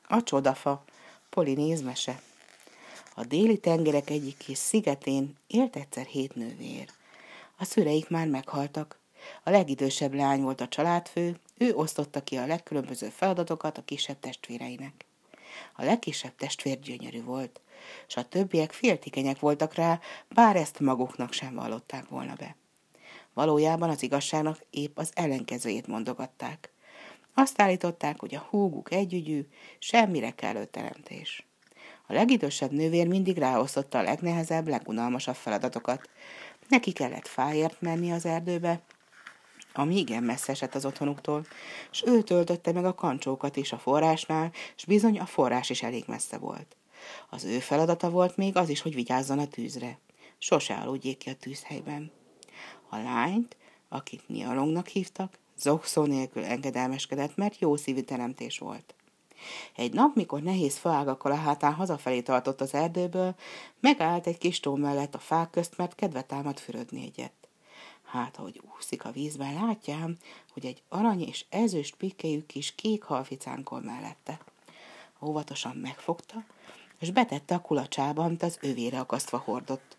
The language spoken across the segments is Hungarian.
A csodafa, Polinéz mese. A déli tengerek egyik kis szigetén élt egyszer 7 nővér. A szüleik már meghaltak. A legidősebb leány volt a családfő, ő osztotta ki a legkülönbözőbb feladatokat a kisebb testvéreinek. A legkisebb testvér gyönyörű volt, s a többiek féltékenyek voltak rá, bár ezt maguknak sem vallották volna be. Valójában az igazságnak épp az ellenkezőjét mondogatták. Azt állították, hogy a húguk együgyű, semmire kellő teremtés. A legidősebb nővér mindig ráosztotta a legnehezebb, legunalmasabb feladatokat. Neki kellett fáért menni az erdőbe, ami igen messze esett az otthonuktól, s ő töltötte meg a kancsókat is a forrásnál, s bizony a forrás is elég messze volt. Az ő feladata volt még az is, hogy vigyázzon a tűzre. Sose aludjék ki a tűzhelyben. A lányt, akit Nialongnak hívtak, zokszó nélkül engedelmeskedett, mert jó szívű teremtés volt. Egy nap, mikor nehéz faágakkal a hátán hazafelé tartott az erdőből, megállt egy kis tó mellett a fák közt, mert kedve támad fürödni egyet. Hát, ahogy úszik a vízben, látjám, hogy egy arany és ezüst pikkelyű kis kék halficánkol mellette. Óvatosan megfogta, és betette a kulacsába, amit az övére akasztva hordott.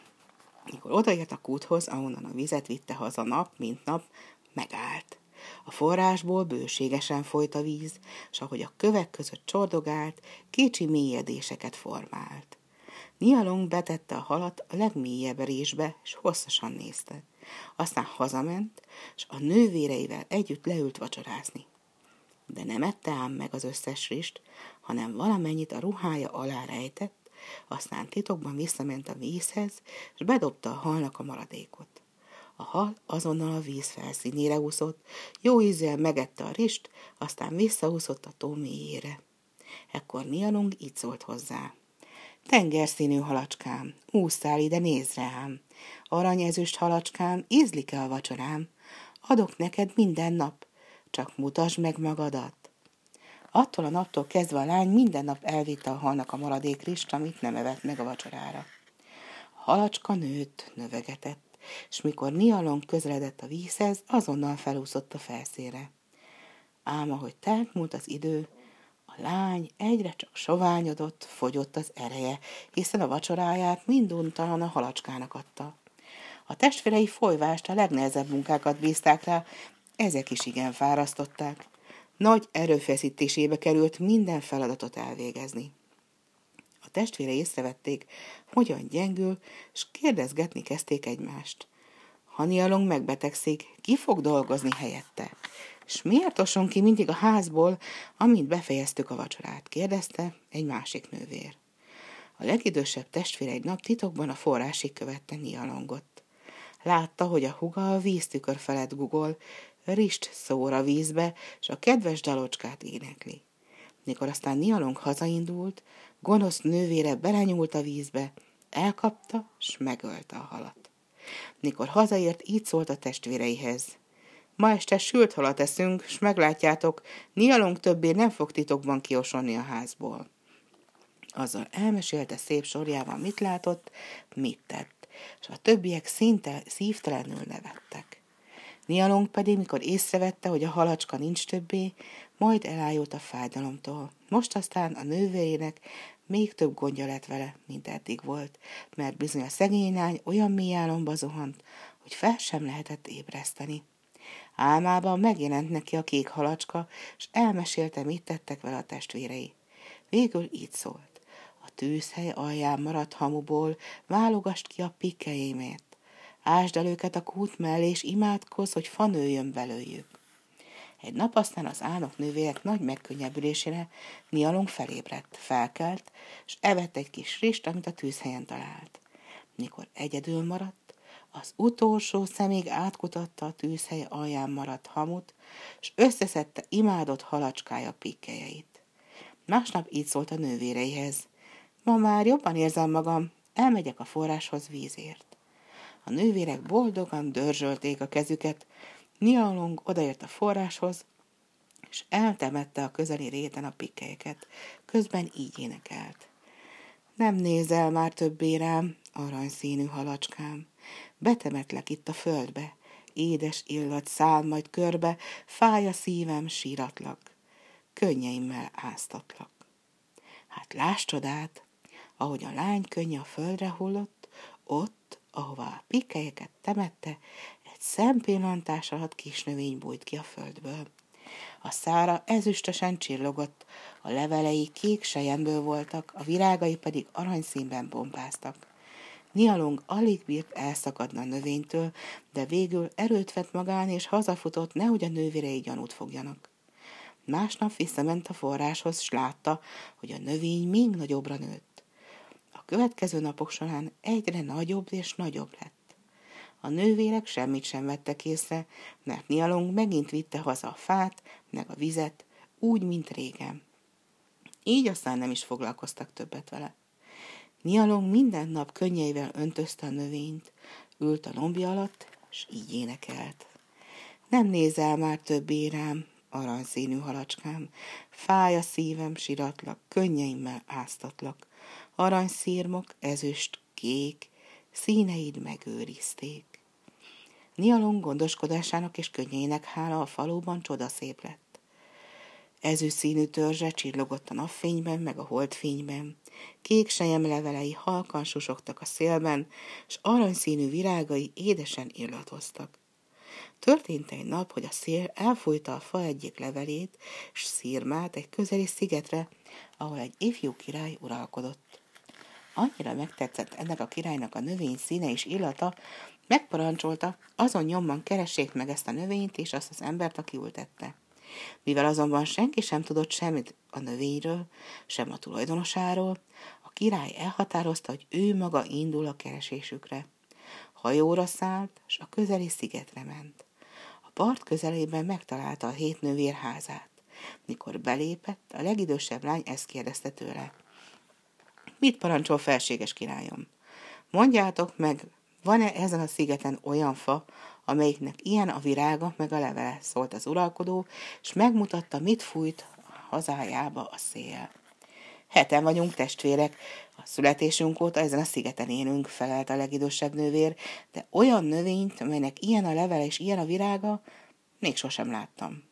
Mikor odaért a kúthoz, ahonnan a vizet vitte haza nap, mint nap, megállt. A forrásból bőségesen folyt a víz, s ahogy a kövek között csordogált, kicsi mélyedéseket formált. Nialong betette a halat a legmélyebb résbe, s hosszasan nézte. Aztán hazament, s a nővéreivel együtt leült vacsorázni. De nem ette ám meg az összes rist, hanem valamennyit a ruhája alá rejtett, aztán titokban visszament a vízhez, és bedobta a halnak a maradékot. A hal azonnal a víz felszínére úszott, jó ízzel megette a rist, aztán visszaúszott a tó mélyére. Ekkor Nialong így szólt hozzá. Tengerszínű halacskám, ússzál ide, nézd rám. Aranyezüst halacskám, ízlik-e a vacsorám? Adok neked minden nap, csak mutasd meg magadat. Attól a naptól kezdve a lány minden nap elvitte a halnak a maradék rist, amit nem evett meg a vacsorára. A halacska nőtt, növegetett, és mikor Nialong közeledett a vízhez, azonnal felúszott a felszínre. Ám ahogy telt múlt az idő, a lány egyre csak soványodott, fogyott az ereje, hiszen a vacsoráját minduntalan a halacskának adta. A testvérei folyvást a legnehezebb munkákat bízták rá, ezek is igen fárasztották. Nagy erőfeszítésébe került minden feladatot elvégezni. A testvérei észrevették, hogyan gyengül, s kérdezgetni kezdték egymást. Ha Nialong megbetegszik, ki fog dolgozni helyette? És miért oson ki mindig a házból, amint befejeztük a vacsorát? Kérdezte egy másik nővér. A legidősebb testvér egy nap titokban a forrásig követte Nialongot. Látta, hogy a húga a víztükör felett gugol, rist szór a vízbe, s a kedves dalocskát énekli. Mikor aztán Nialong hazaindult, gonosz nővére belenyúlt a vízbe, elkapta, s megölte a halat. Mikor hazaért, így szólt a testvéreihez. Ma este sült halat eszünk, s meglátjátok, Nialong többé nem fog titokban kiosonni a házból. Azzal elmesélte szép sorjában, mit látott, mit tett, és a többiek szinte szívtelenül nevettek. Nialong pedig, mikor észrevette, hogy a halacska nincs többé, majd elájult a fájdalomtól. Most aztán a nővérének még több gondja lett vele, mint eddig volt, mert bizony a szegény lány olyan mély álomba zuhant, hogy fel sem lehetett ébreszteni. Álmában megjelent neki a kék halacska, és elmesélte, mit tettek vele a testvérei. Végül így szólt. A tűzhely alján maradt hamuból válogasd ki a pikkelyémért. Ásd el őket a kút mellé, és imádkozz, hogy fa nőjön belőjük. Egy nap aztán az álnok nővérek nagy megkönnyebbülésére Nialong felébredt, felkelt, és evett egy kis rist, amit a tűzhelyen talált. Mikor egyedül maradt, az utolsó szemig átkutatta a tűzhely alján maradt hamut, és összeszedte imádott halacskája pikkelyeit. Másnap így szólt a nővéreihez. Ma már jobban érzem magam, elmegyek a forráshoz vízért. A nővérek boldogan dörzsölték a kezüket, Nialong odaért a forráshoz, és eltemette a közeli réten a pikkelyeket, közben így énekelt. Nem nézel már többé rám, aranyszínű halacskám, betemetlek itt a földbe, édes illat száll majd körbe, fáj a szívem, síratlak, könnyeimmel áztatlak. Hát láss csodát, ahogy a lány könnye a földre hullott, ott, ahova a pikkelyeket temette, egy szempillantás alatt kis növény bújt ki a földből. A szára ezüstösen csillogott, a levelei kék selyemből voltak, a virágai pedig aranyszínben pompáztak. Nialong alig bírt elszakadni a növénytől, de végül erőt vett magán, és hazafutott, nehogy a nővérei gyanút fogjanak. Másnap visszament a forráshoz, s látta, hogy a növény még nagyobbra nőtt. A következő napok során egyre nagyobb és nagyobb lett. A nővérek semmit sem vettek észre, mert Nialong megint vitte haza a fát, meg a vizet, úgy, mint régen. Így aztán nem is foglalkoztak többet vele. Nialong minden nap könnyeivel öntözte a növényt, ült a lombja alatt, s így énekelt. Nem nézel már többé rám, aranyszínű halacskám, fáj a szívem, siratlak, könnyeimmel áztatlak. Aranyszírmok, ezüst, kék, színeid megőrizték. Nialong gondoskodásának és könnyeinek hála a faluban csodaszép lett. Ezüst színű törzse csillogott a napfényben, meg a holdfényben, kék sejem levelei halkan susogtak a szélben, s aranyszínű virágai édesen illatoztak. Történt egy nap, hogy a szél elfújta a fa egyik levelét, s szirmát egy közeli szigetre, ahol egy ifjú király uralkodott. Annyira megtetszett ennek a királynak a növény színe és illata, megparancsolta, azon nyomban keressék meg ezt a növényt és azt az embert, aki ültette. Mivel azonban senki sem tudott semmit a növényről, sem a tulajdonosáról, a király elhatározta, hogy ő maga indul a keresésükre. Hajóra szállt, s a közeli szigetre ment. A part közelében megtalálta a 7 nővér házát. Mikor belépett, a legidősebb lány ezt kérdezte tőle. Mit parancsol, felséges királyom? Mondjátok meg, van-e ezen a szigeten olyan fa, amelyiknek ilyen a virága meg a levele, szólt az uralkodó, és megmutatta, mit fújt hazájába a szél. 7 vagyunk testvérek, a születésünk óta ezen a szigeten élünk, felelt a legidősebb nővér, de olyan növényt, amelynek ilyen a levele és ilyen a virága, még sosem láttam.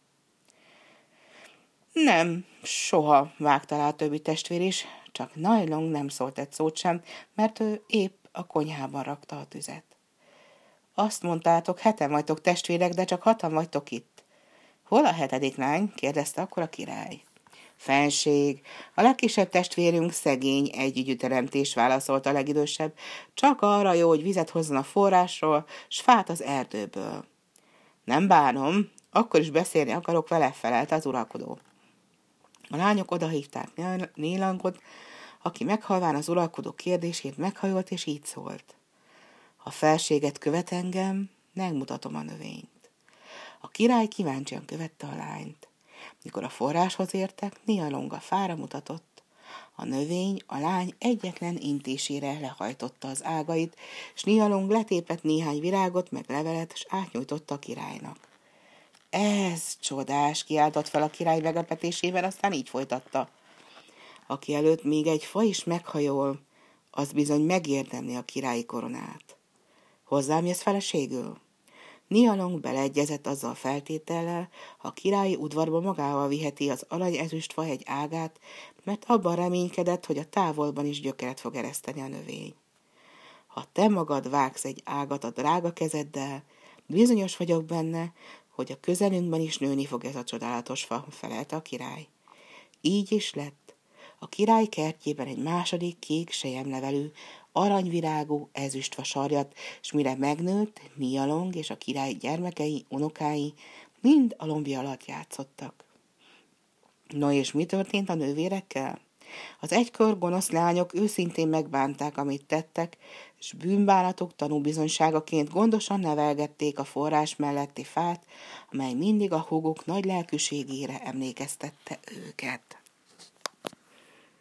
Nem, soha, vágta rá a többi testvér is, csak Nialong nem szólt egy szót sem, mert ő épp a konyhában rakta a tüzet. Azt mondtátok, 7 vagytok testvérek, de csak 6 vagytok itt. Hol a 7. lány? Kérdezte akkor a király. Fenség, a legkisebb testvérünk szegény, együgyű teremtés, válaszolta a legidősebb, csak arra jó, hogy vizet hozzon a forrásról, s fát az erdőből. Nem bánom, akkor is beszélni akarok vele, felelte az uralkodó. A lányok odahívták Nialangot, aki meghalván az uralkodó kérdését meghajolt, és így szólt. Ha felséget követ engem, megmutatom a növényt. A király kíváncsian követte a lányt. Mikor a forráshoz értek, Nialong a fára mutatott. A növény a lány egyetlen intésére lehajtotta az ágait, s Nialong letépett néhány virágot, meg levelet, s átnyújtotta a királynak. Ez csodás, kiáltott fel a király meglepetésében, aztán így folytatta. Aki előtt még egy fa is meghajol, az bizony megérdemli a királyi koronát. Hozzám jössz feleségül? Nialong beleegyezett azzal a feltétellel, ha a királyi udvarba magával viheti az arany-ezüstfa egy ágát, mert abban reménykedett, hogy a távolban is gyökeret fog ereszteni a növény. Ha te magad vágsz egy ágat a drága kezeddel, bizonyos vagyok benne, hogy a közelünkben is nőni fog ez a csodálatos fa, felelte a király. Így is lett. A király kertjében egy második kék selyemlevelű, aranyvirágú ezüstfa sarjat, s mire megnőtt, Nialong és a király gyermekei, unokái mind a lombja alatt játszottak. No és mi történt a nővérekkel? Az egykor gonosz lányok őszintén megbánták, amit tettek, s bűnbánatuk tanúbizonyságaként gondosan nevelgették a forrás melletti fát, amely mindig a húguk nagy lelkűségére emlékeztette őket.